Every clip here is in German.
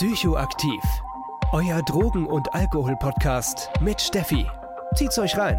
Psychoaktiv. Euer Drogen- und Alkohol-Podcast mit Steffi. Zieht's euch rein.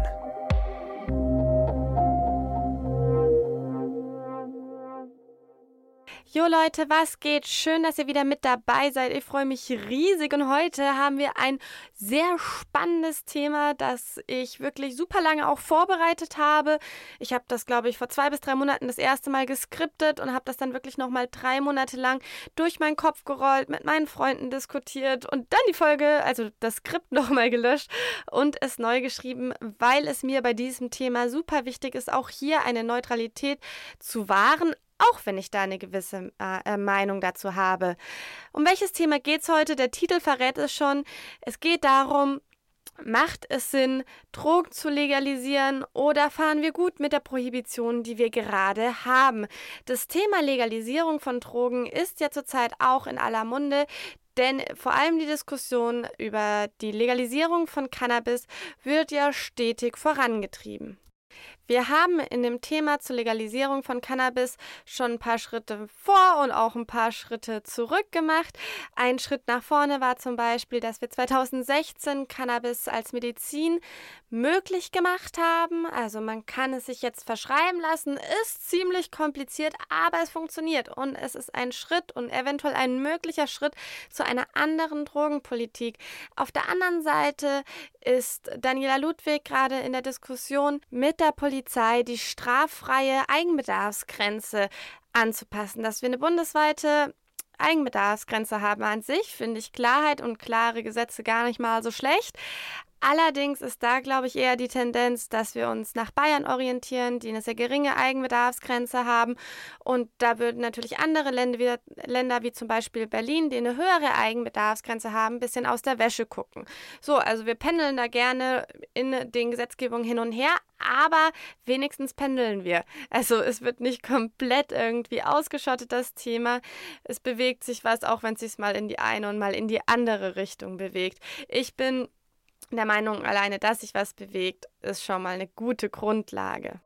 Jo Leute, was geht? Schön, dass ihr wieder mit dabei seid. Ich freue mich riesig und heute haben wir ein sehr spannendes Thema, das ich wirklich super lange auch vorbereitet habe. Ich habe das, glaube ich, vor 2 bis 3 Monaten das erste Mal geskriptet und habe das dann wirklich nochmal 3 Monate lang durch meinen Kopf gerollt, mit meinen Freunden diskutiert und dann die Folge, also das Skript nochmal gelöscht und es neu geschrieben, weil es mir bei diesem Thema super wichtig ist, auch hier eine Neutralität zu wahren, auch wenn ich da eine gewisse Meinung dazu habe. Um welches Thema geht es heute? Der Titel verrät es schon. Es geht darum, macht es Sinn, Drogen zu legalisieren oder fahren wir gut mit der Prohibition, die wir gerade haben? Das Thema Legalisierung von Drogen ist ja zurzeit auch in aller Munde. Denn vor allem die Diskussion über die Legalisierung von Cannabis wird ja stetig vorangetrieben. Wir haben in dem Thema zur Legalisierung von Cannabis schon ein paar Schritte vor und auch ein paar Schritte zurück gemacht. Ein Schritt nach vorne war zum Beispiel, dass wir 2016 Cannabis als Medizin möglich gemacht haben. Also man kann es sich jetzt verschreiben lassen, ist ziemlich kompliziert, aber es funktioniert und es ist ein Schritt und eventuell ein möglicher Schritt zu einer anderen Drogenpolitik. Auf der anderen Seite ist Daniela Ludwig gerade in der Diskussion mit der Polizei die straffreie Eigenbedarfsgrenze anzupassen, dass wir eine bundesweite Eigenbedarfsgrenze haben. An sich finde ich Klarheit und klare Gesetze gar nicht mal so schlecht. Allerdings ist da, glaube ich, eher die Tendenz, dass wir uns nach Bayern orientieren, die eine sehr geringe Eigenbedarfsgrenze haben. Und da würden natürlich andere Länder wie zum Beispiel Berlin, die eine höhere Eigenbedarfsgrenze haben, ein bisschen aus der Wäsche gucken. So, also wir pendeln da gerne in den Gesetzgebungen hin und her, aber wenigstens pendeln wir. Also es wird nicht komplett irgendwie ausgeschottet, das Thema. Es bewegt sich was, auch wenn es sich mal in die eine und mal in die andere Richtung bewegt. Ich bin der Meinung, alleine, dass sich was bewegt, ist schon mal eine gute Grundlage.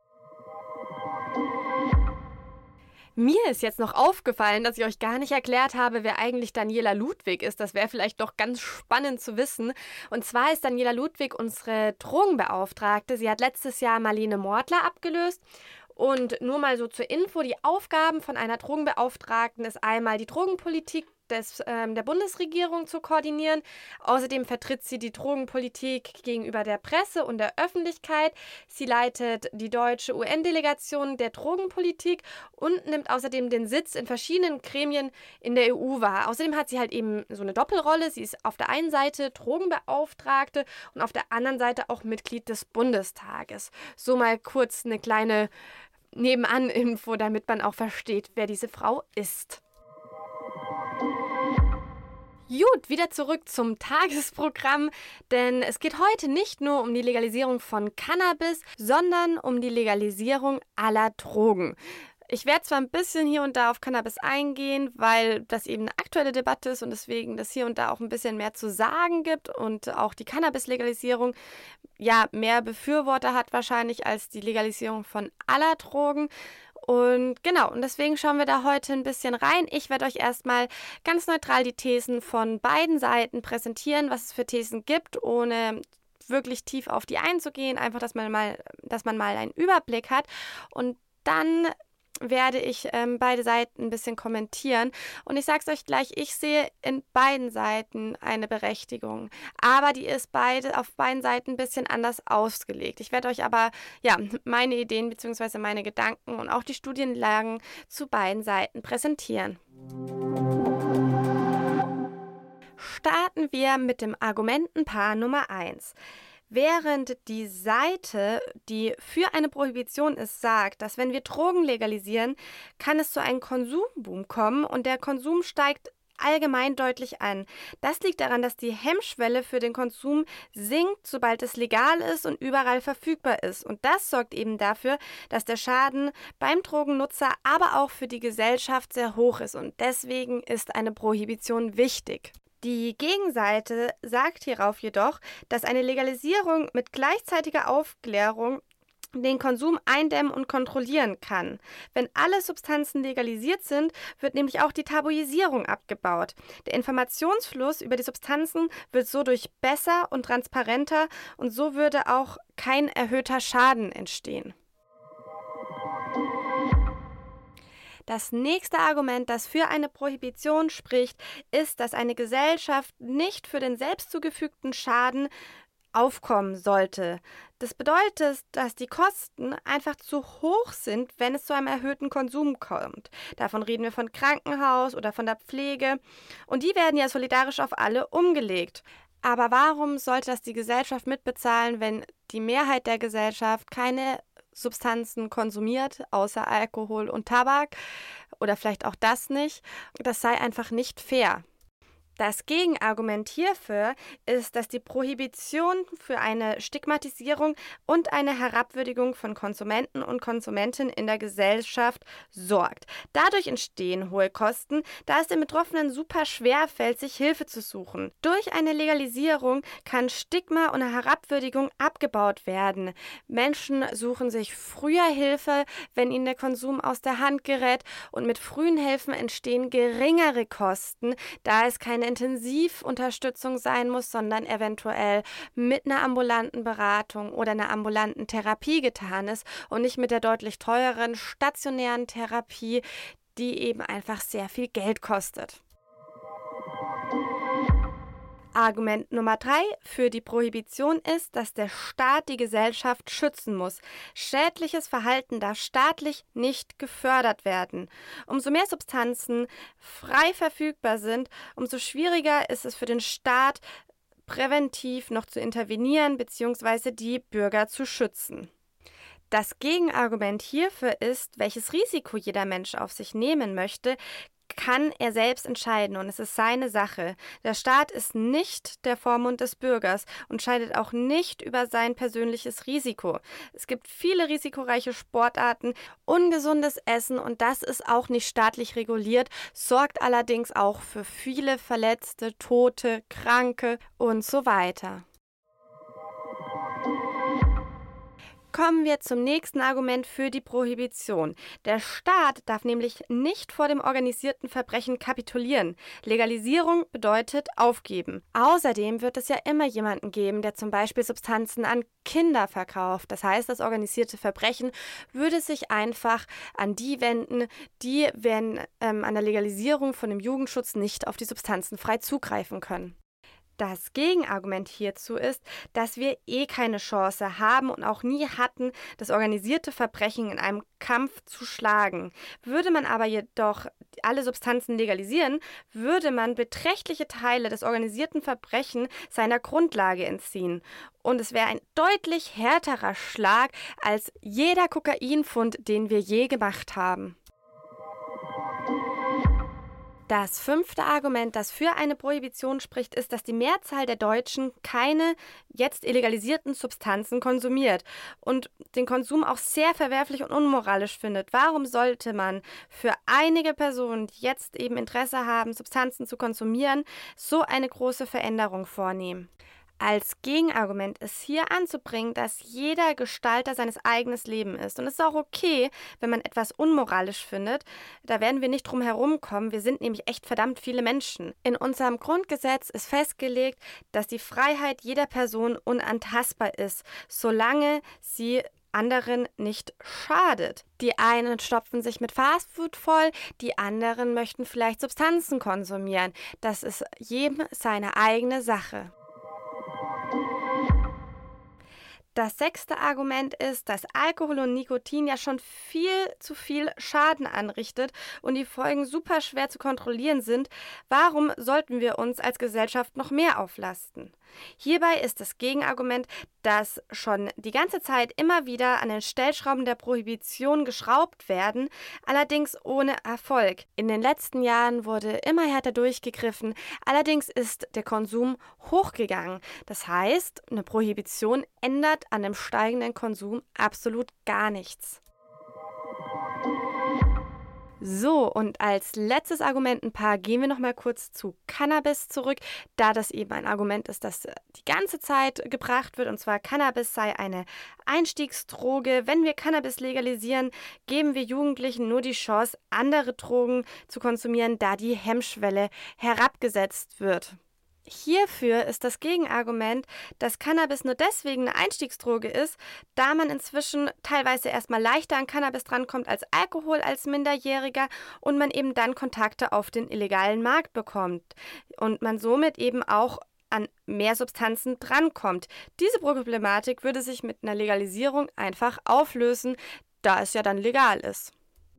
Mir ist jetzt noch aufgefallen, dass ich euch gar nicht erklärt habe, wer eigentlich Daniela Ludwig ist. Das wäre vielleicht doch ganz spannend zu wissen. Und zwar ist Daniela Ludwig unsere Drogenbeauftragte. Sie hat letztes Jahr Marlene Mortler abgelöst. Und nur mal so zur Info, die Aufgaben von einer Drogenbeauftragten ist einmal die Drogenpolitik der Bundesregierung zu koordinieren. Außerdem vertritt sie die Drogenpolitik gegenüber der Presse und der Öffentlichkeit. Sie leitet die deutsche UN-Delegation der Drogenpolitik und nimmt außerdem den Sitz in verschiedenen Gremien in der EU wahr. Außerdem hat sie halt eben so eine Doppelrolle. Sie ist auf der einen Seite Drogenbeauftragte und auf der anderen Seite auch Mitglied des Bundestages. So mal kurz eine kleine Nebenan-Info, damit man auch versteht, wer diese Frau ist. Gut, wieder zurück zum Tagesprogramm, denn es geht heute nicht nur um die Legalisierung von Cannabis, sondern um die Legalisierung aller Drogen. Ich werde zwar ein bisschen hier und da auf Cannabis eingehen, weil das eben eine aktuelle Debatte ist und deswegen das hier und da auch ein bisschen mehr zu sagen gibt und auch die Cannabis-Legalisierung ja mehr Befürworter hat wahrscheinlich als die Legalisierung von aller Drogen. Und genau, und deswegen schauen wir da heute ein bisschen rein. Ich werde euch erstmal ganz neutral die Thesen von beiden Seiten präsentieren, was es für Thesen gibt, ohne wirklich tief auf die einzugehen, einfach, dass man mal einen Überblick hat. Und dann werde ich beide Seiten ein bisschen kommentieren. Und ich sage es euch gleich, ich sehe in beiden Seiten eine Berechtigung. Aber die ist auf beiden Seiten ein bisschen anders ausgelegt. Ich werde euch aber meine Ideen bzw. meine Gedanken und auch die Studienlagen zu beiden Seiten präsentieren. Starten wir mit dem Argumentenpaar Nummer 1. Während die Seite, die für eine Prohibition ist, sagt, dass wenn wir Drogen legalisieren, kann es zu einem Konsumboom kommen und der Konsum steigt allgemein deutlich an. Das liegt daran, dass die Hemmschwelle für den Konsum sinkt, sobald es legal ist und überall verfügbar ist. Und das sorgt eben dafür, dass der Schaden beim Drogennutzer, aber auch für die Gesellschaft sehr hoch ist. Und deswegen ist eine Prohibition wichtig. Die Gegenseite sagt hierauf jedoch, dass eine Legalisierung mit gleichzeitiger Aufklärung den Konsum eindämmen und kontrollieren kann. Wenn alle Substanzen legalisiert sind, wird nämlich auch die Tabuisierung abgebaut. Der Informationsfluss über die Substanzen wird so durch besser und transparenter und so würde auch kein erhöhter Schaden entstehen. Das nächste Argument, das für eine Prohibition spricht, ist, dass eine Gesellschaft nicht für den selbst zugefügten Schaden aufkommen sollte. Das bedeutet, dass die Kosten einfach zu hoch sind, wenn es zu einem erhöhten Konsum kommt. Davon reden wir von Krankenhaus oder von der Pflege. Und die werden ja solidarisch auf alle umgelegt. Aber warum sollte das die Gesellschaft mitbezahlen, wenn die Mehrheit der Gesellschaft keine Substanzen konsumiert, außer Alkohol und Tabak? Oder vielleicht auch das nicht. Das sei einfach nicht fair. Das Gegenargument hierfür ist, dass die Prohibition für eine Stigmatisierung und eine Herabwürdigung von Konsumenten und Konsumentinnen in der Gesellschaft sorgt. Dadurch entstehen hohe Kosten, da es den Betroffenen super schwer fällt, sich Hilfe zu suchen. Durch eine Legalisierung kann Stigma und Herabwürdigung abgebaut werden. Menschen suchen sich früher Hilfe, wenn ihnen der Konsum aus der Hand gerät, und mit frühen Hilfen entstehen geringere Kosten, da es keine Intensivunterstützung sein muss, sondern eventuell mit einer ambulanten Beratung oder einer ambulanten Therapie getan ist und nicht mit der deutlich teureren stationären Therapie, die eben einfach sehr viel Geld kostet. Argument Nummer 3 für die Prohibition ist, dass der Staat die Gesellschaft schützen muss. Schädliches Verhalten darf staatlich nicht gefördert werden. Umso mehr Substanzen frei verfügbar sind, umso schwieriger ist es für den Staat, präventiv noch zu intervenieren bzw. die Bürger zu schützen. Das Gegenargument hierfür ist, welches Risiko jeder Mensch auf sich nehmen möchte, kann er selbst entscheiden und es ist seine Sache. Der Staat ist nicht der Vormund des Bürgers und scheidet auch nicht über sein persönliches Risiko. Es gibt viele risikoreiche Sportarten, ungesundes Essen und das ist auch nicht staatlich reguliert, sorgt allerdings auch für viele Verletzte, Tote, Kranke und so weiter. Kommen wir zum nächsten Argument für die Prohibition. Der Staat darf nämlich nicht vor dem organisierten Verbrechen kapitulieren. Legalisierung bedeutet aufgeben. Außerdem wird es ja immer jemanden geben, der zum Beispiel Substanzen an Kinder verkauft. Das heißt, das organisierte Verbrechen würde sich einfach an die wenden, die werden an der Legalisierung von dem Jugendschutz nicht auf die Substanzen frei zugreifen können. Das Gegenargument hierzu ist, dass wir keine Chance haben und auch nie hatten, das organisierte Verbrechen in einem Kampf zu schlagen. Würde man aber jedoch alle Substanzen legalisieren, würde man beträchtliche Teile des organisierten Verbrechens seiner Grundlage entziehen. Und es wäre ein deutlich härterer Schlag als jeder Kokainfund, den wir je gemacht haben. Das 5. Argument, das für eine Prohibition spricht, ist, dass die Mehrzahl der Deutschen keine jetzt illegalisierten Substanzen konsumiert und den Konsum auch sehr verwerflich und unmoralisch findet. Warum sollte man für einige Personen, die jetzt eben Interesse haben, Substanzen zu konsumieren, so eine große Veränderung vornehmen? Als Gegenargument ist hier anzubringen, dass jeder Gestalter seines eigenen Lebens ist. Und es ist auch okay, wenn man etwas unmoralisch findet. Da werden wir nicht drum herum kommen. Wir sind nämlich echt verdammt viele Menschen. In unserem Grundgesetz ist festgelegt, dass die Freiheit jeder Person unantastbar ist, solange sie anderen nicht schadet. Die einen stopfen sich mit Fastfood voll, die anderen möchten vielleicht Substanzen konsumieren. Das ist jedem seine eigene Sache. Das 6. Argument ist, dass Alkohol und Nikotin ja schon viel zu viel Schaden anrichtet und die Folgen super schwer zu kontrollieren sind. Warum sollten wir uns als Gesellschaft noch mehr auflasten? Hierbei ist das Gegenargument, dass schon die ganze Zeit immer wieder an den Stellschrauben der Prohibition geschraubt werden, allerdings ohne Erfolg. In den letzten Jahren wurde immer härter durchgegriffen, allerdings ist der Konsum hochgegangen. Das heißt, eine Prohibition ändert an dem steigenden Konsum absolut gar nichts. So, und als letztes Argumentenpaar gehen wir nochmal kurz zu Cannabis zurück, da das eben ein Argument ist, das die ganze Zeit gebracht wird, und zwar Cannabis sei eine Einstiegsdroge. Wenn wir Cannabis legalisieren, geben wir Jugendlichen nur die Chance, andere Drogen zu konsumieren, da die Hemmschwelle herabgesetzt wird. Hierfür ist das Gegenargument, dass Cannabis nur deswegen eine Einstiegsdroge ist, da man inzwischen teilweise erstmal leichter an Cannabis drankommt als Alkohol als Minderjähriger und man eben dann Kontakte auf den illegalen Markt bekommt und man somit eben auch an mehr Substanzen drankommt. Diese Problematik würde sich mit einer Legalisierung einfach auflösen, da es ja dann legal ist.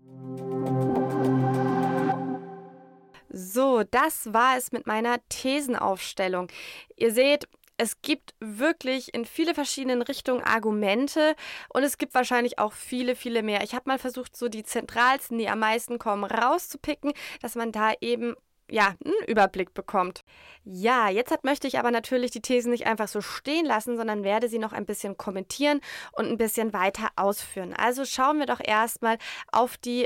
So, das war es mit meiner Thesenaufstellung. Ihr seht, es gibt wirklich in viele verschiedenen Richtungen Argumente und es gibt wahrscheinlich auch viele, viele mehr. Ich habe mal versucht, so die zentralsten, die am meisten kommen, rauszupicken, dass man da eben einen Überblick bekommt. Ja, jetzt möchte ich aber natürlich die Thesen nicht einfach so stehen lassen, sondern werde sie noch ein bisschen kommentieren und ein bisschen weiter ausführen. Also schauen wir doch erstmal auf die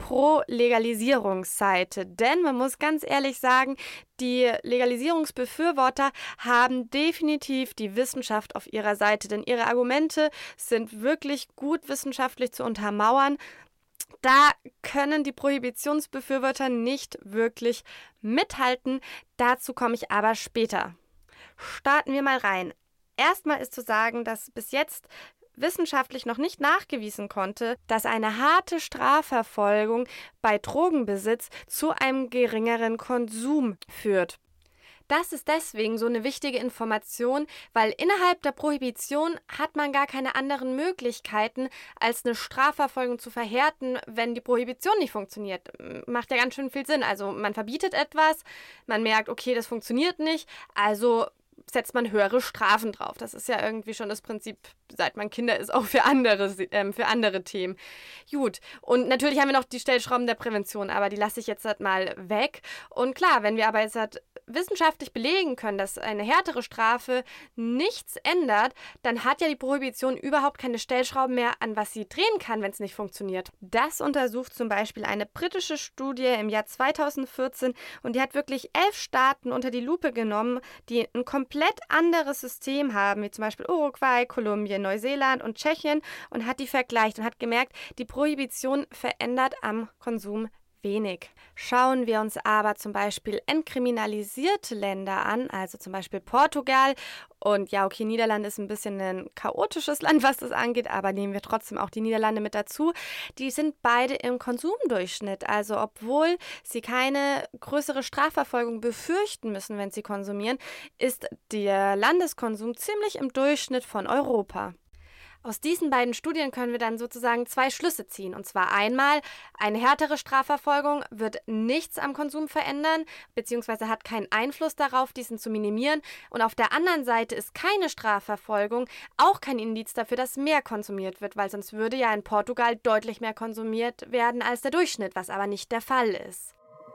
Pro-Legalisierungsseite. Denn man muss ganz ehrlich sagen, die Legalisierungsbefürworter haben definitiv die Wissenschaft auf ihrer Seite, denn ihre Argumente sind wirklich gut wissenschaftlich zu untermauern. Da können die Prohibitionsbefürworter nicht wirklich mithalten. Dazu komme ich aber später. Starten wir mal rein. Erstmal ist zu sagen, dass bis jetzt wissenschaftlich noch nicht nachgewiesen konnte, dass eine harte Strafverfolgung bei Drogenbesitz zu einem geringeren Konsum führt. Das ist deswegen so eine wichtige Information, weil innerhalb der Prohibition hat man gar keine anderen Möglichkeiten, als eine Strafverfolgung zu verhärten, wenn die Prohibition nicht funktioniert. Macht ja ganz schön viel Sinn. Also man verbietet etwas, man merkt, okay, das funktioniert nicht, also setzt man höhere Strafen drauf. Das ist ja irgendwie schon das Prinzip, seit man Kinder ist, auch für andere Themen. Gut, und natürlich haben wir noch die Stellschrauben der Prävention, aber die lasse ich jetzt halt mal weg. Und klar, wenn wir aber jetzt halt wissenschaftlich belegen können, dass eine härtere Strafe nichts ändert, dann hat ja die Prohibition überhaupt keine Stellschrauben mehr, an was sie drehen kann, wenn es nicht funktioniert. Das untersucht zum Beispiel eine britische Studie im Jahr 2014 und die hat wirklich 11 Staaten unter die Lupe genommen, die ein komplett anderes System haben, wie zum Beispiel Uruguay, Kolumbien, Neuseeland und Tschechien und hat die vergleicht und hat gemerkt, die Prohibition verändert am Konsum wenig. Schauen wir uns aber zum Beispiel entkriminalisierte Länder an, also zum Beispiel Portugal und ja, okay, Niederlande ist ein bisschen ein chaotisches Land, was das angeht, aber nehmen wir trotzdem auch die Niederlande mit dazu. Die sind beide im Konsumdurchschnitt, also obwohl sie keine größere Strafverfolgung befürchten müssen, wenn sie konsumieren, ist der Landeskonsum ziemlich im Durchschnitt von Europa. Aus diesen beiden Studien können wir dann sozusagen 2 Schlüsse ziehen. Und zwar einmal, eine härtere Strafverfolgung wird nichts am Konsum verändern, beziehungsweise hat keinen Einfluss darauf, diesen zu minimieren. Und auf der anderen Seite ist keine Strafverfolgung auch kein Indiz dafür, dass mehr konsumiert wird, weil sonst würde ja in Portugal deutlich mehr konsumiert werden als der Durchschnitt, was aber nicht der Fall ist.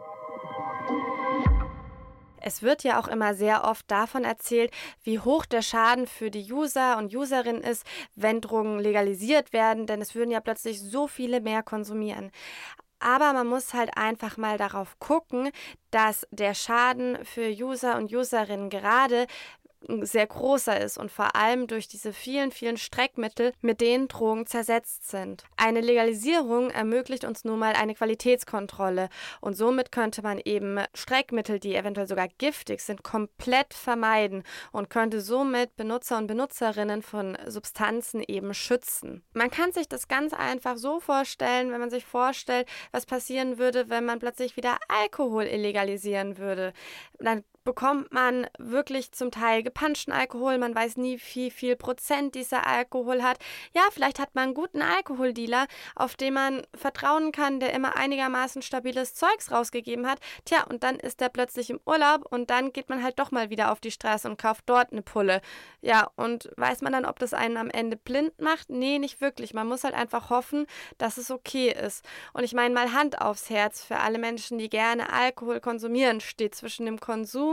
Es wird ja auch immer sehr oft davon erzählt, wie hoch der Schaden für die User und Userinnen ist, wenn Drogen legalisiert werden, denn es würden ja plötzlich so viele mehr konsumieren. Aber man muss halt einfach mal darauf gucken, dass der Schaden für User und Userinnen gerade sehr großer ist und vor allem durch diese vielen, vielen Streckmittel, mit denen Drogen zersetzt sind. Eine Legalisierung ermöglicht uns nun mal eine Qualitätskontrolle und somit könnte man eben Streckmittel, die eventuell sogar giftig sind, komplett vermeiden und könnte somit Benutzer und Benutzerinnen von Substanzen eben schützen. Man kann sich das ganz einfach so vorstellen, wenn man sich vorstellt, was passieren würde, wenn man plötzlich wieder Alkohol illegalisieren würde. Dann bekommt man wirklich zum Teil gepanschten Alkohol. Man weiß nie, wie viel Prozent dieser Alkohol hat. Ja, vielleicht hat man einen guten Alkoholdealer, auf den man vertrauen kann, der immer einigermaßen stabiles Zeugs rausgegeben hat. Tja, und dann ist der plötzlich im Urlaub und dann geht man halt doch mal wieder auf die Straße und kauft dort eine Pulle. Ja, und weiß man dann, ob das einen am Ende blind macht? Nee, nicht wirklich. Man muss halt einfach hoffen, dass es okay ist. Und ich meine mal Hand aufs Herz, für alle Menschen, die gerne Alkohol konsumieren, steht zwischen dem Konsum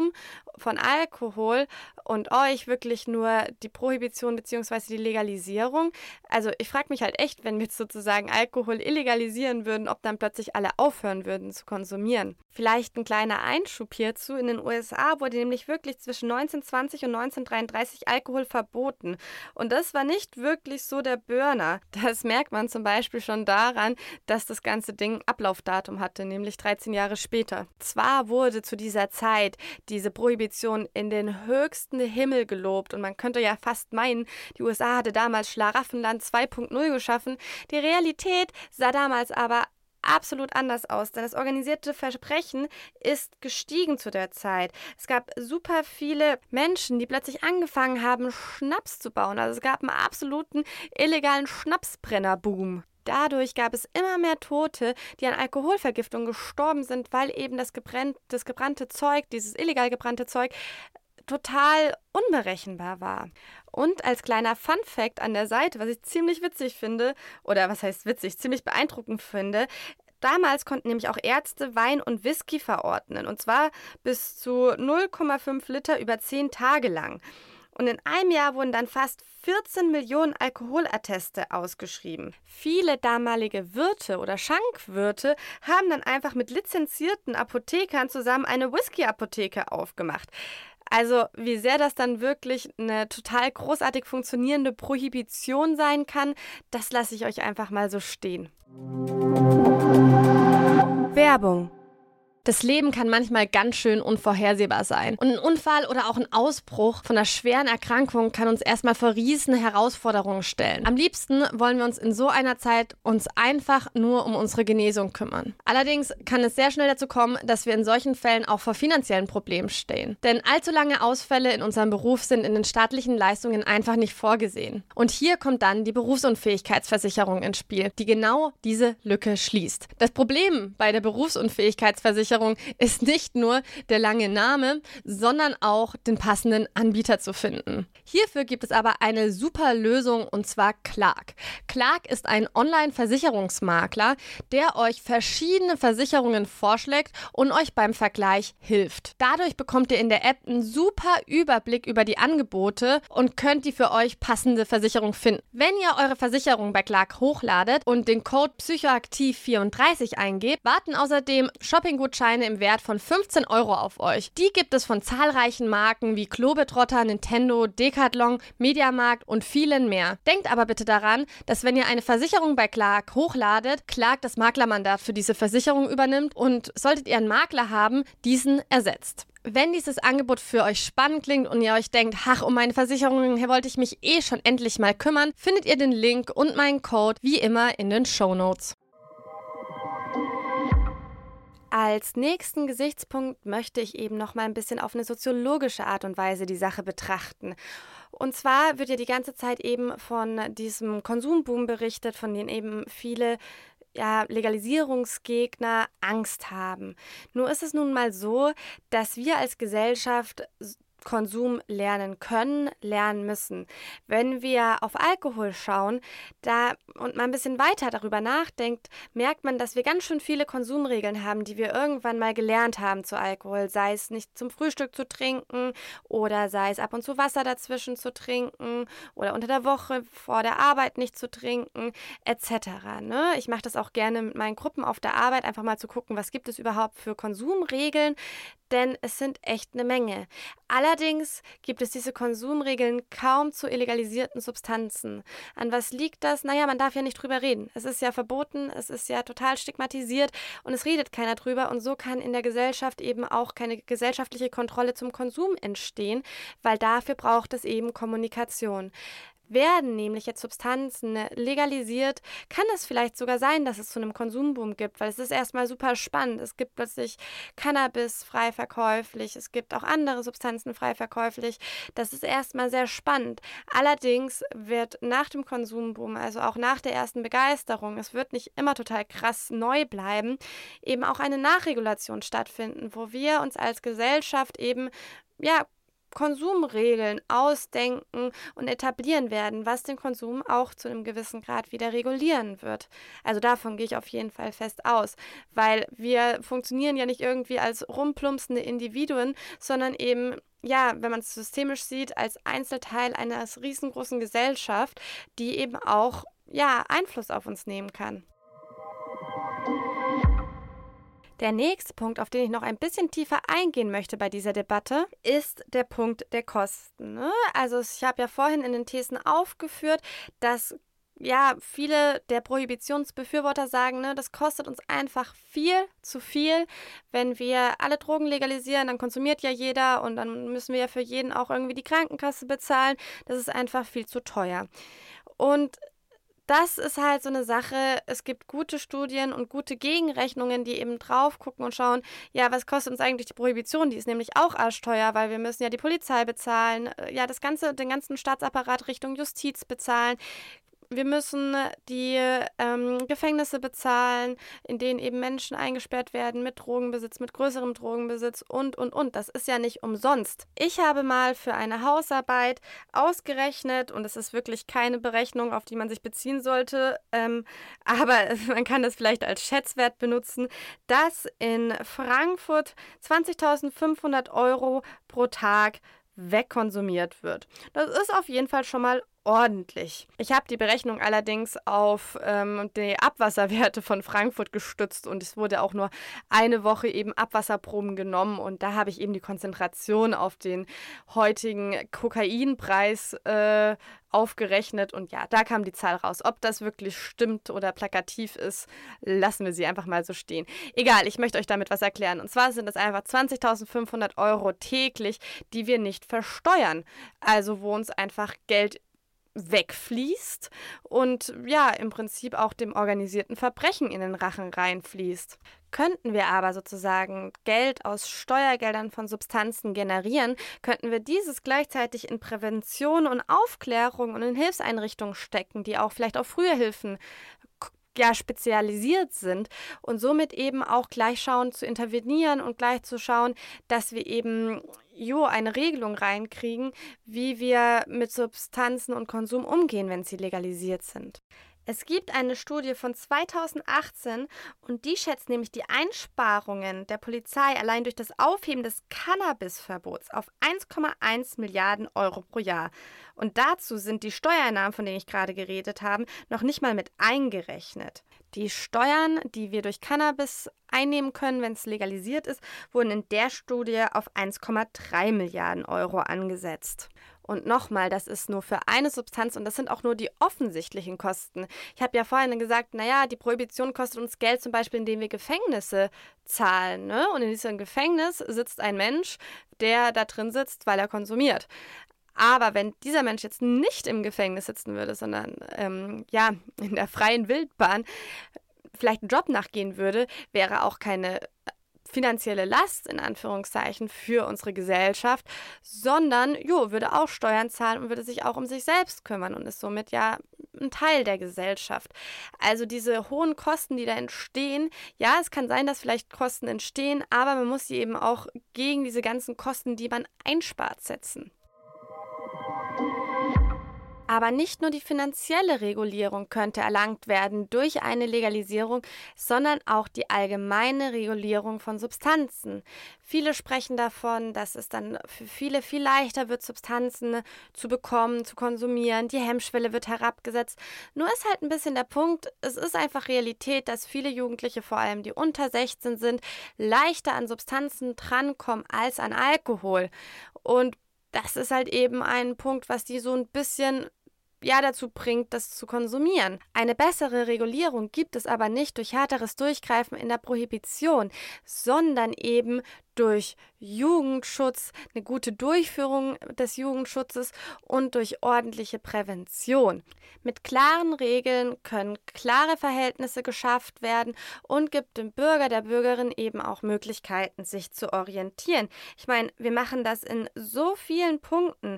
Konsum von Alkohol und euch wirklich nur die Prohibition bzw. die Legalisierung. Also ich frage mich halt echt, wenn wir jetzt sozusagen Alkohol illegalisieren würden, ob dann plötzlich alle aufhören würden zu konsumieren. Vielleicht ein kleiner Einschub hierzu. In den USA wurde nämlich wirklich zwischen 1920 und 1933 Alkohol verboten. Und das war nicht wirklich so der Burner. Das merkt man zum Beispiel schon daran, dass das ganze Ding Ablaufdatum hatte, nämlich 13 Jahre später. Zwar wurde zu dieser Zeit diese Prohibition in den höchsten Himmel gelobt und man könnte ja fast meinen, die USA hatte damals Schlaraffenland 2.0 geschaffen. Die Realität sah damals aber absolut anders aus, denn das organisierte Verbrechen ist gestiegen zu der Zeit. Es gab super viele Menschen, die plötzlich angefangen haben, Schnaps zu bauen. Also es gab einen absoluten illegalen Schnapsbrennerboom. Dadurch gab es immer mehr Tote, die an Alkoholvergiftung gestorben sind, weil eben das gebrannte Zeug, dieses illegal gebrannte Zeug, total unberechenbar war. Und als kleiner Fun-Fact an der Seite, was ich ziemlich witzig finde, oder was heißt witzig, ziemlich beeindruckend finde, damals konnten nämlich auch Ärzte Wein und Whisky verordnen, und zwar bis zu 0,5 Liter über 10 Tage lang. Und in einem Jahr wurden dann fast 14 Millionen Alkoholatteste ausgeschrieben. Viele damalige Wirte oder Schankwirte haben dann einfach mit lizenzierten Apothekern zusammen eine Whisky-Apotheke aufgemacht. Also wie sehr das dann wirklich eine total großartig funktionierende Prohibition sein kann, das lasse ich euch einfach mal so stehen. Werbung. Das Leben kann manchmal ganz schön unvorhersehbar sein. Und ein Unfall oder auch ein Ausbruch von einer schweren Erkrankung kann uns erstmal vor riesen Herausforderungen stellen. Am liebsten wollen wir uns in so einer Zeit uns einfach nur um unsere Genesung kümmern. Allerdings kann es sehr schnell dazu kommen, dass wir in solchen Fällen auch vor finanziellen Problemen stehen. Denn allzu lange Ausfälle in unserem Beruf sind in den staatlichen Leistungen einfach nicht vorgesehen. Und hier kommt dann die Berufsunfähigkeitsversicherung ins Spiel, die genau diese Lücke schließt. Das Problem bei der Berufsunfähigkeitsversicherung ist nicht nur der lange Name, sondern auch den passenden Anbieter zu finden. Hierfür gibt es aber eine super Lösung, und zwar Clark. Clark ist ein Online-Versicherungsmakler, der euch verschiedene Versicherungen vorschlägt und euch beim Vergleich hilft. Dadurch bekommt ihr in der App einen super Überblick über die Angebote und könnt die für euch passende Versicherung finden. Wenn ihr eure Versicherung bei Clark hochladet und den Code Psychoaktiv34 eingebt, warten außerdem Shoppinggutscheine im Wert von 15 € auf euch. Die gibt es von zahlreichen Marken wie Globetrotter, Nintendo, Decathlon, Mediamarkt und vielen mehr. Denkt aber bitte daran, dass wenn ihr eine Versicherung bei Clark hochladet, Clark das Maklermandat für diese Versicherung übernimmt und solltet ihr einen Makler haben, diesen ersetzt. Wenn dieses Angebot für euch spannend klingt und ihr euch denkt, ach, um meine Versicherungen wollte ich mich schon endlich mal kümmern, findet ihr den Link und meinen Code wie immer in den Shownotes. Als nächsten Gesichtspunkt möchte ich eben noch mal ein bisschen auf eine soziologische Art und Weise die Sache betrachten. Und zwar wird ja die ganze Zeit eben von diesem Konsumboom berichtet, von dem eben viele Legalisierungsgegner Angst haben. Nur ist es nun mal so, dass wir als Gesellschaft Konsum lernen können, lernen müssen. Wenn wir auf Alkohol schauen und mal ein bisschen weiter darüber nachdenkt, merkt man, dass wir ganz schön viele Konsumregeln haben, die wir irgendwann mal gelernt haben zu Alkohol. Sei es nicht zum Frühstück zu trinken oder sei es ab und zu Wasser dazwischen zu trinken oder unter der Woche vor der Arbeit nicht zu trinken, etc. Ne? Ich mache das auch gerne mit meinen Gruppen auf der Arbeit, einfach mal zu gucken, was gibt es überhaupt für Konsumregeln, denn es sind echt eine Menge. Allerdings gibt es diese Konsumregeln kaum zu illegalisierten Substanzen. An was liegt das? Naja, man darf ja nicht drüber reden. Es ist ja verboten, es ist ja total stigmatisiert und es redet keiner drüber und so kann in der Gesellschaft eben auch keine gesellschaftliche Kontrolle zum Konsum entstehen, weil dafür braucht es eben Kommunikation. Werden nämlich jetzt Substanzen legalisiert, kann es vielleicht sogar sein, dass es zu einem Konsumboom gibt, weil es ist erstmal super spannend. Es gibt plötzlich Cannabis frei verkäuflich, es gibt auch andere Substanzen frei verkäuflich. Das ist erstmal sehr spannend. Allerdings wird nach dem Konsumboom, also auch nach der ersten Begeisterung, es wird nicht immer total krass neu bleiben, eben auch eine Nachregulation stattfinden, wo wir uns als Gesellschaft eben, Konsumregeln ausdenken und etablieren werden, was den Konsum auch zu einem gewissen Grad wieder regulieren wird. Also davon gehe ich auf jeden Fall fest aus, weil wir funktionieren ja nicht irgendwie als rumplumpsende Individuen, sondern eben, ja, wenn man es systemisch sieht, als Einzelteil einer riesengroßen Gesellschaft, die eben auch, ja, Einfluss auf uns nehmen kann. Der nächste Punkt, auf den ich noch ein bisschen tiefer eingehen möchte bei dieser Debatte, ist der Punkt der Kosten. Ne? Also ich habe ja vorhin in den Thesen aufgeführt, dass ja viele der Prohibitionsbefürworter sagen, ne, das kostet uns einfach viel zu viel. Wenn wir alle Drogen legalisieren, dann konsumiert ja jeder und dann müssen wir ja für jeden auch irgendwie die Krankenkasse bezahlen. Das ist einfach viel zu teuer. Und das ist halt so eine Sache, es gibt gute Studien und gute Gegenrechnungen, die eben drauf gucken und schauen, ja, was kostet uns eigentlich die Prohibition? Die ist nämlich auch arschteuer, weil wir müssen ja die Polizei bezahlen, ja, den ganzen Staatsapparat Richtung Justiz bezahlen. Wir müssen die Gefängnisse bezahlen, in denen eben Menschen eingesperrt werden mit Drogenbesitz, mit größerem Drogenbesitz und. Das ist ja nicht umsonst. Ich habe mal für eine Hausarbeit ausgerechnet, und es ist wirklich keine Berechnung, auf die man sich beziehen sollte, aber man kann das vielleicht als Schätzwert benutzen, dass in Frankfurt 20.500 € pro Tag wegkonsumiert wird. Das ist auf jeden Fall schon mal ordentlich. Ich habe die Berechnung allerdings auf die Abwasserwerte von Frankfurt gestützt und es wurde auch nur eine Woche eben Abwasserproben genommen und da habe ich eben die Konzentration auf den heutigen Kokainpreis aufgerechnet und ja, da kam die Zahl raus. Ob das wirklich stimmt oder plakativ ist, lassen wir sie einfach mal so stehen. Egal, ich möchte euch damit was erklären. Und zwar sind das einfach 20.500 € täglich, die wir nicht versteuern. Also wo uns einfach Geld wegfließt und ja, im Prinzip auch dem organisierten Verbrechen in den Rachen reinfließt. Könnten wir aber sozusagen Geld aus Steuergeldern von Substanzen generieren, könnten wir dieses gleichzeitig in Prävention und Aufklärung und in Hilfseinrichtungen stecken, die auch vielleicht auf frühe Hilfen ja, spezialisiert sind und somit eben auch gleich schauen zu intervenieren und gleich zu schauen, dass wir eben eine Regelung reinkriegen, wie wir mit Substanzen und Konsum umgehen, wenn sie legalisiert sind. Es gibt eine Studie von 2018 und die schätzt nämlich die Einsparungen der Polizei allein durch das Aufheben des Cannabisverbots auf 1,1 Milliarden € pro Jahr. Und dazu sind die Steuereinnahmen, von denen ich gerade geredet habe, noch nicht mal mit eingerechnet. Die Steuern, die wir durch Cannabis einnehmen können, wenn es legalisiert ist, wurden in der Studie auf 1,3 Milliarden € angesetzt. Und nochmal, das ist nur für eine Substanz und das sind auch nur die offensichtlichen Kosten. Ich habe ja vorhin gesagt, naja, die Prohibition kostet uns Geld zum Beispiel, indem wir Gefängnisse zahlen. Ne? Und in diesem Gefängnis sitzt ein Mensch, der da drin sitzt, weil er konsumiert. Aber wenn dieser Mensch jetzt nicht im Gefängnis sitzen würde, sondern in der freien Wildbahn vielleicht einen Job nachgehen würde, wäre auch keine finanzielle Last, in Anführungszeichen, für unsere Gesellschaft, sondern würde auch Steuern zahlen und würde sich auch um sich selbst kümmern und ist somit ja ein Teil der Gesellschaft. Also diese hohen Kosten, die da entstehen, ja, es kann sein, dass vielleicht Kosten entstehen, aber man muss sie eben auch gegen diese ganzen Kosten, die man einspart, setzen. Aber nicht nur die finanzielle Regulierung könnte erlangt werden durch eine Legalisierung, sondern auch die allgemeine Regulierung von Substanzen. Viele sprechen davon, dass es dann für viele viel leichter wird, Substanzen zu bekommen, zu konsumieren. Die Hemmschwelle wird herabgesetzt. Nur ist halt ein bisschen der Punkt, es ist einfach Realität, dass viele Jugendliche, vor allem die unter 16 sind, leichter an Substanzen drankommen als an Alkohol. Und das ist halt eben ein Punkt, was die so ein bisschen dazu bringt, das zu konsumieren. Eine bessere Regulierung gibt es aber nicht durch härteres Durchgreifen in der Prohibition, sondern eben durch Jugendschutz, eine gute Durchführung des Jugendschutzes und durch ordentliche Prävention. Mit klaren Regeln können klare Verhältnisse geschafft werden und gibt dem Bürger, der Bürgerin eben auch Möglichkeiten, sich zu orientieren. Ich meine, wir machen das in so vielen Punkten.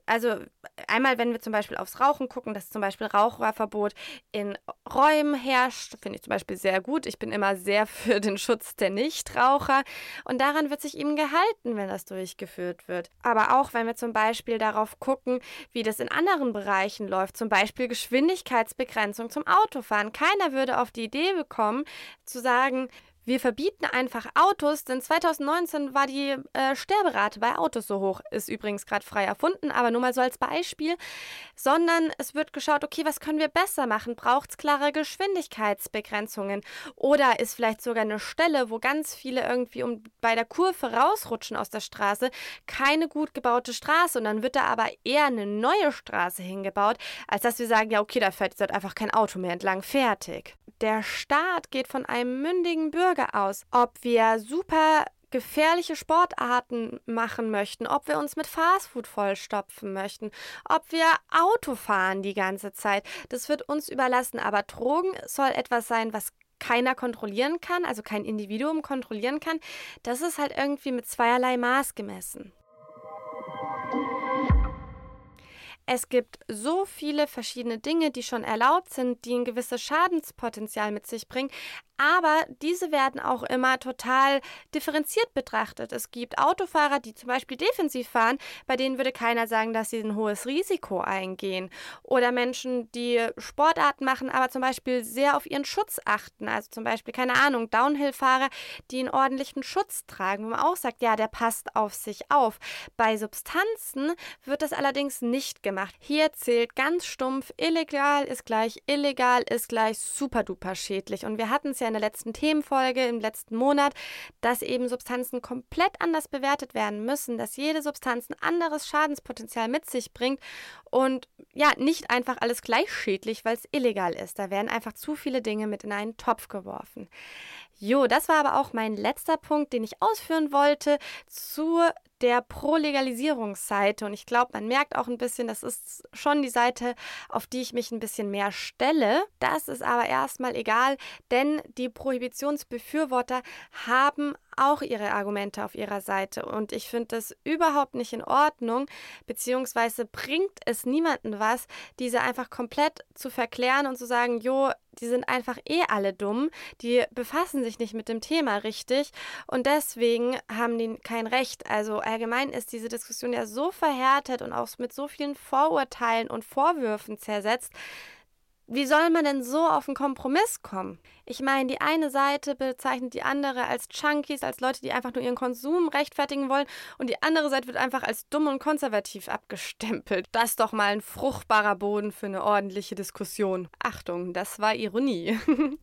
also einmal, wenn wir zum Beispiel aufs Rauchen gucken, dass zum Beispiel Raucherverbot in Räumen herrscht, finde ich zum Beispiel sehr gut. Ich bin immer sehr für den Schutz der Nichtraucher und daran wird sich eben gehalten, wenn das durchgeführt wird. Aber auch, wenn wir zum Beispiel darauf gucken, wie das in anderen Bereichen läuft, zum Beispiel Geschwindigkeitsbegrenzung zum Autofahren. Keiner würde auf die Idee bekommen, zu sagen, wir verbieten einfach Autos, denn 2019 war die Sterberate bei Autos so hoch. Ist übrigens gerade frei erfunden, aber nur mal so als Beispiel. Sondern es wird geschaut, okay, was können wir besser machen? Braucht es klare Geschwindigkeitsbegrenzungen? Oder ist vielleicht sogar eine Stelle, wo ganz viele irgendwie bei der Kurve rausrutschen aus der Straße, keine gut gebaute Straße. Und dann wird da aber eher eine neue Straße hingebaut, als dass wir sagen, ja okay, da fährt jetzt halt einfach kein Auto mehr entlang, fertig. Der Staat geht von einem mündigen Bürger aus, ob wir super gefährliche Sportarten machen möchten, ob wir uns mit Fastfood vollstopfen möchten, ob wir Auto fahren die ganze Zeit. Das wird uns überlassen, aber Drogen soll etwas sein, was keiner kontrollieren kann, also kein Individuum kontrollieren kann. Das ist halt irgendwie mit zweierlei Maß gemessen. Es gibt so viele verschiedene Dinge, die schon erlaubt sind, die ein gewisses Schadenspotenzial mit sich bringen, aber diese werden auch immer total differenziert betrachtet. Es gibt Autofahrer, die zum Beispiel defensiv fahren, bei denen würde keiner sagen, dass sie ein hohes Risiko eingehen. Oder Menschen, die Sportarten machen, aber zum Beispiel sehr auf ihren Schutz achten. Also zum Beispiel, keine Ahnung, Downhill-Fahrer, die einen ordentlichen Schutz tragen, wo man auch sagt, ja, der passt auf sich auf. Bei Substanzen wird das allerdings nicht gemacht. Hier zählt ganz stumpf, illegal ist gleich super duper schädlich. Und wir hatten es ja in der letzten Themenfolge im letzten Monat, dass eben Substanzen komplett anders bewertet werden müssen, dass jede Substanz ein anderes Schadenspotenzial mit sich bringt und ja, nicht einfach alles gleich schädlich, weil es illegal ist. Da werden einfach zu viele Dinge mit in einen Topf geworfen. Jo, das war aber auch mein letzter Punkt, den ich ausführen wollte zu der Pro-Legalisierungsseite. Und ich glaube, man merkt auch ein bisschen, das ist schon die Seite, auf die ich mich ein bisschen mehr stelle. Das ist aber erstmal egal, denn die Prohibitionsbefürworter haben auch ihre Argumente auf ihrer Seite. Und ich finde das überhaupt nicht in Ordnung, beziehungsweise bringt es niemandem was, diese einfach komplett zu verklären und zu sagen, jo, die sind einfach alle dumm, die befassen sich nicht mit dem Thema richtig und deswegen haben die kein Recht. Also allgemein ist diese Diskussion ja so verhärtet und auch mit so vielen Vorurteilen und Vorwürfen zersetzt. Wie soll man denn so auf einen Kompromiss kommen? Ich meine, die eine Seite bezeichnet die andere als Junkies, als Leute, die einfach nur ihren Konsum rechtfertigen wollen und die andere Seite wird einfach als dumm und konservativ abgestempelt. Das ist doch mal ein fruchtbarer Boden für eine ordentliche Diskussion. Achtung, das war Ironie.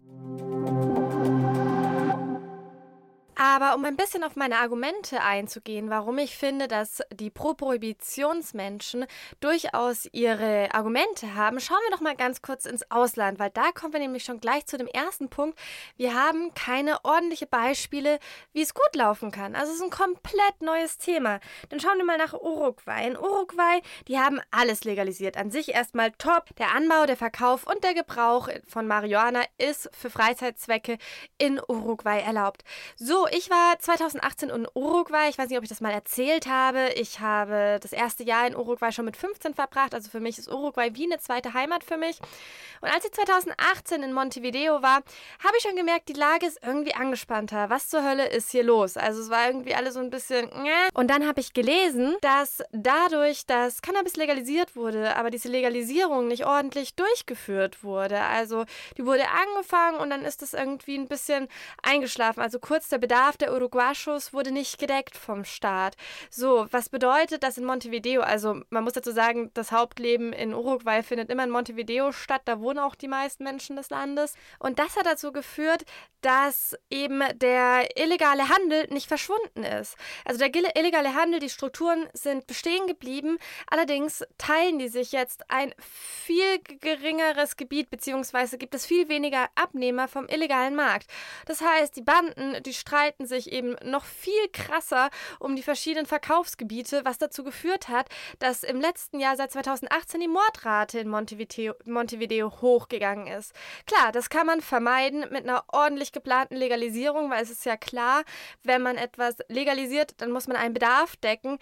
Aber um ein bisschen auf meine Argumente einzugehen, warum ich finde, dass die Pro-Prohibitionsmenschen durchaus ihre Argumente haben, schauen wir doch mal ganz kurz ins Ausland, weil da kommen wir nämlich schon gleich zu dem ersten Punkt. Wir haben keine ordentlichen Beispiele, wie es gut laufen kann. Also es ist ein komplett neues Thema. Dann schauen wir mal nach Uruguay. In Uruguay, die haben alles legalisiert. An sich erstmal top. Der Anbau, der Verkauf und der Gebrauch von Marihuana ist für Freizeitzwecke in Uruguay erlaubt. So, ich war 2018 in Uruguay. Ich weiß nicht, ob ich das mal erzählt habe. Ich habe das erste Jahr in Uruguay schon mit 15 verbracht. Also für mich ist Uruguay wie eine zweite Heimat für mich. Und als ich 2018 in Montevideo war, habe ich schon gemerkt, die Lage ist irgendwie angespannter. Was zur Hölle ist hier los? Also es war irgendwie alles so ein bisschen... Und dann habe ich gelesen, dass dadurch, dass Cannabis legalisiert wurde, aber diese Legalisierung nicht ordentlich durchgeführt wurde. Also die wurde angefangen und dann ist das irgendwie ein bisschen eingeschlafen. Also kurz der Bedarf der Uruguayos wurde nicht gedeckt vom Staat. So, was bedeutet das in Montevideo? Also man muss dazu sagen, das Hauptleben in Uruguay findet immer in Montevideo statt. Da wohnen auch die meisten Menschen des Landes. Und das hat dazu geführt, dass eben der illegale Handel nicht verschwunden ist. Also der illegale Handel, die Strukturen sind bestehen geblieben. Allerdings teilen die sich jetzt ein viel geringeres Gebiet, beziehungsweise gibt es viel weniger Abnehmer vom illegalen Markt. Das heißt, die Banden, die streiten sich eben noch viel krasser um die verschiedenen Verkaufsgebiete, was dazu geführt hat, dass im letzten Jahr seit 2018 die Mordrate in Montevideo hochgegangen ist. Klar, das kann man vermeiden mit einer ordentlich geplanten Legalisierung, weil es ist ja klar, wenn man etwas legalisiert, dann muss man einen Bedarf decken.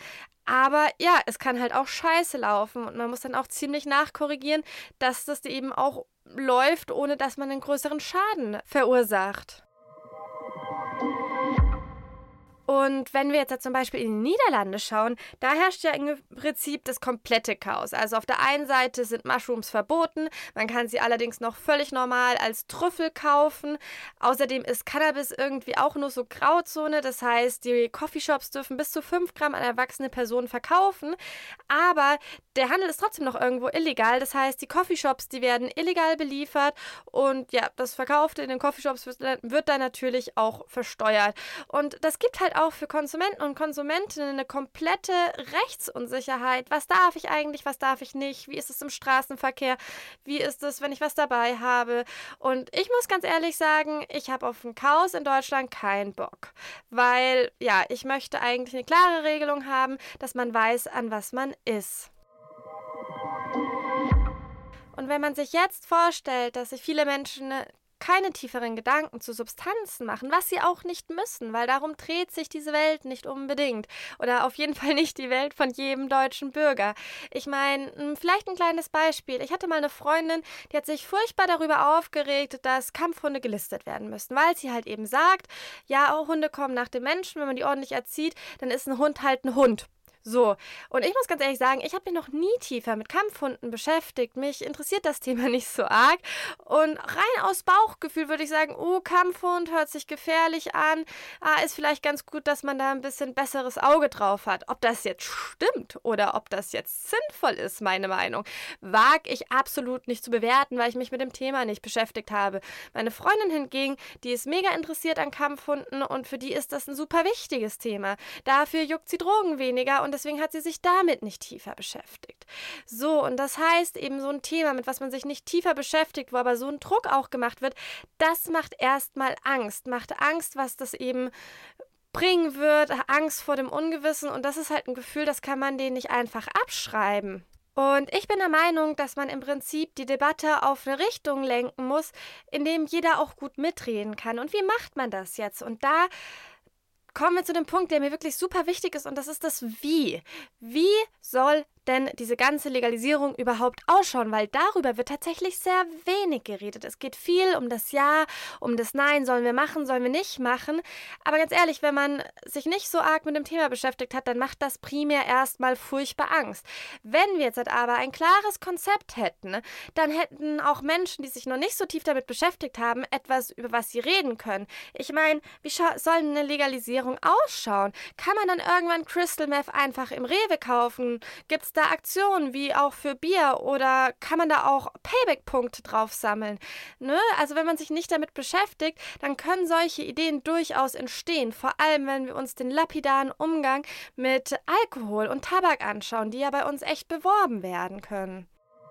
Aber ja, es kann halt auch scheiße laufen und man muss dann auch ziemlich nachkorrigieren, dass das eben auch läuft, ohne dass man einen größeren Schaden verursacht. Und wenn wir jetzt zum Beispiel in die Niederlande schauen, da herrscht ja im Prinzip das komplette Chaos. Also auf der einen Seite sind Mushrooms verboten, man kann sie allerdings noch völlig normal als Trüffel kaufen. Außerdem ist Cannabis irgendwie auch nur so Grauzone, das heißt, die Coffeeshops dürfen bis zu 5 Gramm an erwachsene Personen verkaufen, aber der Handel ist trotzdem noch irgendwo illegal. Das heißt, die Coffeeshops, die werden illegal beliefert und ja, das Verkaufte in den Coffeeshops wird dann natürlich auch versteuert. Und das gibt halt auch für Konsumenten und Konsumentinnen eine komplette Rechtsunsicherheit. Was darf ich eigentlich, was darf ich nicht? Wie ist es im Straßenverkehr? Wie ist es, wenn ich was dabei habe? Und ich muss ganz ehrlich sagen, ich habe auf ein Chaos in Deutschland keinen Bock. Weil, ja, ich möchte eigentlich eine klare Regelung haben, dass man weiß, an was man ist. Und wenn man sich jetzt vorstellt, dass sich viele Menschen keine tieferen Gedanken zu Substanzen machen, was sie auch nicht müssen, weil darum dreht sich diese Welt nicht unbedingt. Oder auf jeden Fall nicht die Welt von jedem deutschen Bürger. Ich meine, vielleicht ein kleines Beispiel. Ich hatte mal eine Freundin, die hat sich furchtbar darüber aufgeregt, dass Kampfhunde gelistet werden müssen, weil sie halt eben sagt, ja, auch Hunde kommen nach dem Menschen, wenn man die ordentlich erzieht, dann ist ein Hund halt ein Hund. So, und ich muss ganz ehrlich sagen, ich habe mich noch nie tiefer mit Kampfhunden beschäftigt. Mich interessiert das Thema nicht so arg. Und rein aus Bauchgefühl würde ich sagen, oh, Kampfhund hört sich gefährlich an. Ist vielleicht ganz gut, dass man da ein bisschen besseres Auge drauf hat. Ob das jetzt stimmt oder ob das jetzt sinnvoll ist, meine Meinung, wage ich absolut nicht zu bewerten, weil ich mich mit dem Thema nicht beschäftigt habe. Meine Freundin hingegen, die ist mega interessiert an Kampfhunden und für die ist das ein super wichtiges Thema. Dafür juckt sie Drogen weniger und deswegen hat sie sich damit nicht tiefer beschäftigt. So, und das heißt eben so ein Thema, mit was man sich nicht tiefer beschäftigt, wo aber so ein Druck auch gemacht wird, das macht erstmal Angst. Macht Angst, was das eben bringen wird, Angst vor dem Ungewissen und das ist halt ein Gefühl, das kann man denen nicht einfach abschreiben. Und ich bin der Meinung, dass man im Prinzip die Debatte auf eine Richtung lenken muss, in dem jeder auch gut mitreden kann. Und wie macht man das jetzt? Und da kommen wir zu dem Punkt, der mir wirklich super wichtig ist und das ist das Wie. Wie soll denn diese ganze Legalisierung überhaupt ausschauen? Weil darüber wird tatsächlich sehr wenig geredet. Es geht viel um das Ja, um das Nein, sollen wir machen, sollen wir nicht machen. Aber ganz ehrlich, wenn man sich nicht so arg mit dem Thema beschäftigt hat, dann macht das primär erstmal furchtbar Angst. Wenn wir jetzt aber ein klares Konzept hätten, dann hätten auch Menschen, die sich noch nicht so tief damit beschäftigt haben, etwas, über was sie reden können. Ich meine, wie soll eine Legalisierung ausschauen? Kann man dann irgendwann Crystal Meth einfach im Rewe kaufen? Gibt es da Aktionen wie auch für Bier oder kann man da auch Payback-Punkte drauf sammeln? Ne? Also wenn man sich nicht damit beschäftigt, dann können solche Ideen durchaus entstehen. Vor allem, wenn wir uns den lapidaren Umgang mit Alkohol und Tabak anschauen, die ja bei uns echt beworben werden können.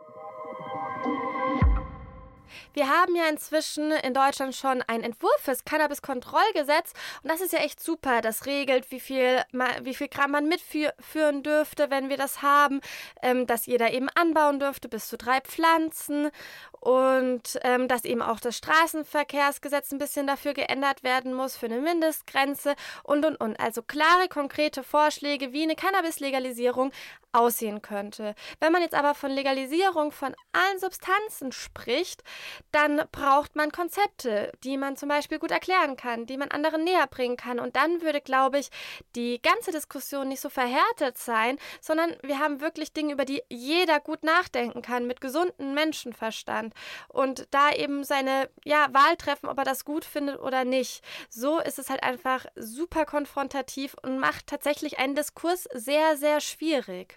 Wir haben ja inzwischen in Deutschland schon einen Entwurf fürs Cannabis-Kontrollgesetz und das ist ja echt super. Das regelt, wie viel Gramm man mitführen dürfte, wenn wir das haben, dass jeder eben anbauen dürfte, bis zu 3 Pflanzen und dass eben auch das Straßenverkehrsgesetz ein bisschen dafür geändert werden muss, für eine Mindestgrenze und. Also klare, konkrete Vorschläge, wie eine Cannabis-Legalisierung aussehen könnte. Wenn man jetzt aber von Legalisierung von allen Substanzen spricht, dann braucht man Konzepte, die man zum Beispiel gut erklären kann, die man anderen näher bringen kann. Und dann würde, glaube ich, die ganze Diskussion nicht so verhärtet sein, sondern wir haben wirklich Dinge, über die jeder gut nachdenken kann, mit gesundem Menschenverstand. Und da eben seine Wahl treffen, ob er das gut findet oder nicht. So ist es halt einfach super konfrontativ und macht tatsächlich einen Diskurs sehr, sehr schwierig.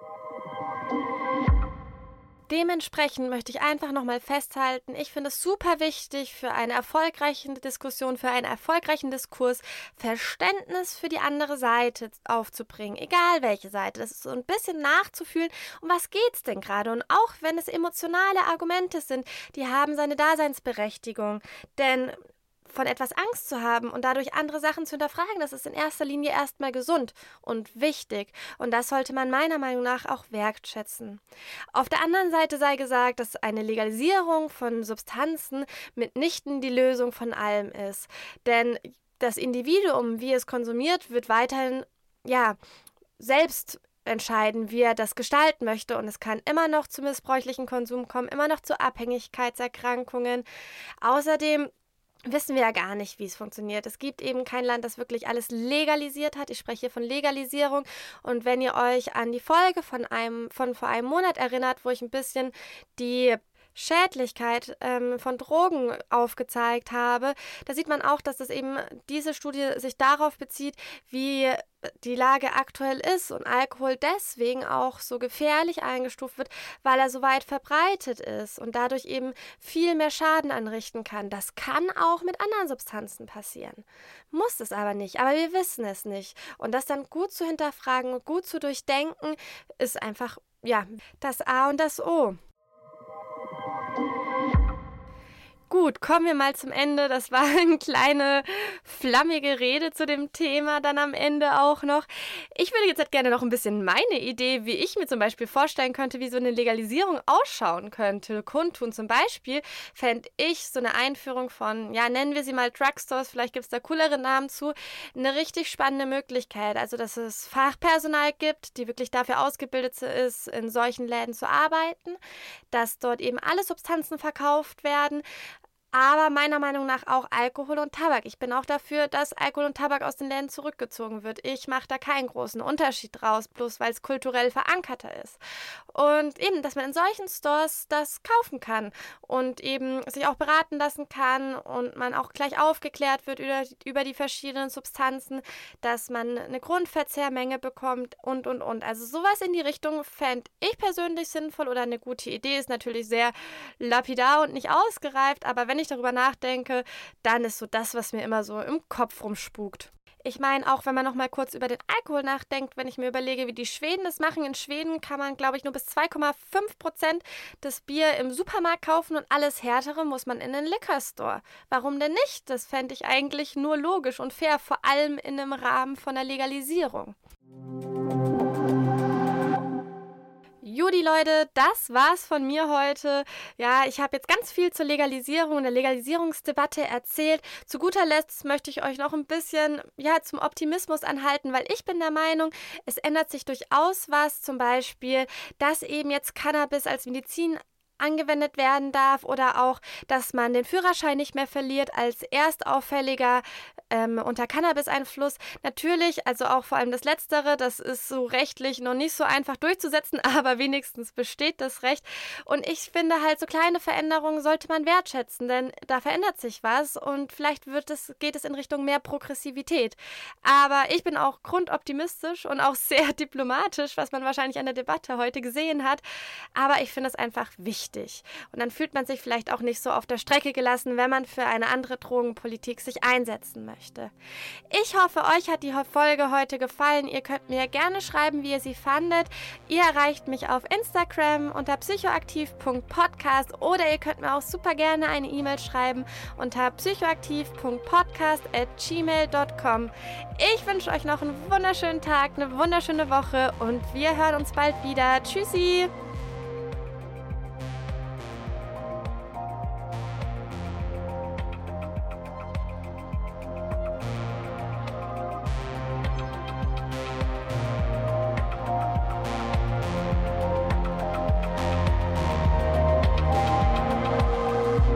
Dementsprechend möchte ich einfach nochmal festhalten, ich finde es super wichtig für eine erfolgreiche Diskussion, für einen erfolgreichen Diskurs, Verständnis für die andere Seite aufzubringen, egal welche Seite. Das ist so ein bisschen nachzufühlen, um was geht's denn gerade? Und auch wenn es emotionale Argumente sind, die haben seine Daseinsberechtigung, denn von etwas Angst zu haben und dadurch andere Sachen zu hinterfragen, das ist in erster Linie erstmal gesund und wichtig. Und das sollte man meiner Meinung nach auch wertschätzen. Auf der anderen Seite sei gesagt, dass eine Legalisierung von Substanzen mitnichten die Lösung von allem ist. Denn das Individuum, wie es konsumiert, wird weiterhin, selbst entscheiden, wie er das gestalten möchte. Und es kann immer noch zu missbräuchlichem Konsum kommen, immer noch zu Abhängigkeitserkrankungen. Außerdem wissen wir ja gar nicht, wie es funktioniert. Es gibt eben kein Land, das wirklich alles legalisiert hat. Ich spreche hier von Legalisierung. Und wenn ihr euch an die Folge von vor einem Monat erinnert, wo ich ein bisschen die Schädlichkeit von Drogen aufgezeigt habe, da sieht man auch, dass diese Studie sich darauf bezieht, wie die Lage aktuell ist und Alkohol deswegen auch so gefährlich eingestuft wird, weil er so weit verbreitet ist und dadurch eben viel mehr Schaden anrichten kann. Das kann auch mit anderen Substanzen passieren. Muss es aber nicht, aber wir wissen es nicht. Und das dann gut zu hinterfragen und gut zu durchdenken, ist einfach, das A und das O. Gut, kommen wir mal zum Ende. Das war eine kleine flammige Rede zu dem Thema dann am Ende auch noch. Ich würde jetzt gerne noch ein bisschen meine Idee, wie ich mir zum Beispiel vorstellen könnte, wie so eine Legalisierung ausschauen könnte, kundtun. Zum Beispiel fände ich so eine Einführung von, nennen wir sie mal Drugstores, vielleicht gibt es da coolere Namen zu, eine richtig spannende Möglichkeit. Also, dass es Fachpersonal gibt, die wirklich dafür ausgebildet ist, in solchen Läden zu arbeiten, dass dort eben alle Substanzen verkauft werden, aber meiner Meinung nach auch Alkohol und Tabak. Ich bin auch dafür, dass Alkohol und Tabak aus den Läden zurückgezogen wird. Ich mache da keinen großen Unterschied draus, bloß weil es kulturell verankerter ist. Und eben, dass man in solchen Stores das kaufen kann und eben sich auch beraten lassen kann und man auch gleich aufgeklärt wird über die verschiedenen Substanzen, dass man eine Grundverzehrmenge bekommt und. Also sowas in die Richtung fände ich persönlich sinnvoll oder eine gute Idee. Ist natürlich sehr lapidar und nicht ausgereift, aber wenn ich darüber nachdenke, dann ist so das, was mir immer so im Kopf rumspukt. Ich meine, auch wenn man noch mal kurz über den Alkohol nachdenkt, wenn ich mir überlege, wie die Schweden das machen. In Schweden kann man, glaube ich, nur bis 2,5% des Bier im Supermarkt kaufen und alles Härtere muss man in den Liquor Store. Warum denn nicht? Das fände ich eigentlich nur logisch und fair, vor allem in einem Rahmen von der Legalisierung. Judy, Leute, das war's von mir heute. Ja, ich habe jetzt ganz viel zur Legalisierung und der Legalisierungsdebatte erzählt. Zu guter Letzt möchte ich euch noch ein bisschen zum Optimismus anhalten, weil ich bin der Meinung, es ändert sich durchaus was. Zum Beispiel, dass eben jetzt Cannabis als Medizin angewendet werden darf oder auch, dass man den Führerschein nicht mehr verliert als Erstauffälliger unter Cannabis-Einfluss. Natürlich, also auch vor allem das Letztere, das ist so rechtlich noch nicht so einfach durchzusetzen, aber wenigstens besteht das Recht. Und ich finde halt, so kleine Veränderungen sollte man wertschätzen, denn da verändert sich was und vielleicht geht es in Richtung mehr Progressivität. Aber ich bin auch grundoptimistisch und auch sehr diplomatisch, was man wahrscheinlich an der Debatte heute gesehen hat. Aber ich finde es einfach wichtig. Und dann fühlt man sich vielleicht auch nicht so auf der Strecke gelassen, wenn man für eine andere Drogenpolitik sich einsetzen möchte. Ich hoffe, euch hat die Folge heute gefallen. Ihr könnt mir gerne schreiben, wie ihr sie fandet. Ihr erreicht mich auf Instagram unter psychoaktiv.podcast oder ihr könnt mir auch super gerne eine E-Mail schreiben unter psychoaktiv.podcast@gmail.com. Ich wünsche euch noch einen wunderschönen Tag, eine wunderschöne Woche und wir hören uns bald wieder. Tschüssi!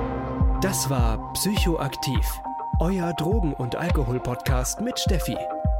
Das war Psychoaktiv, euer Drogen- und Alkohol-Podcast mit Steffi.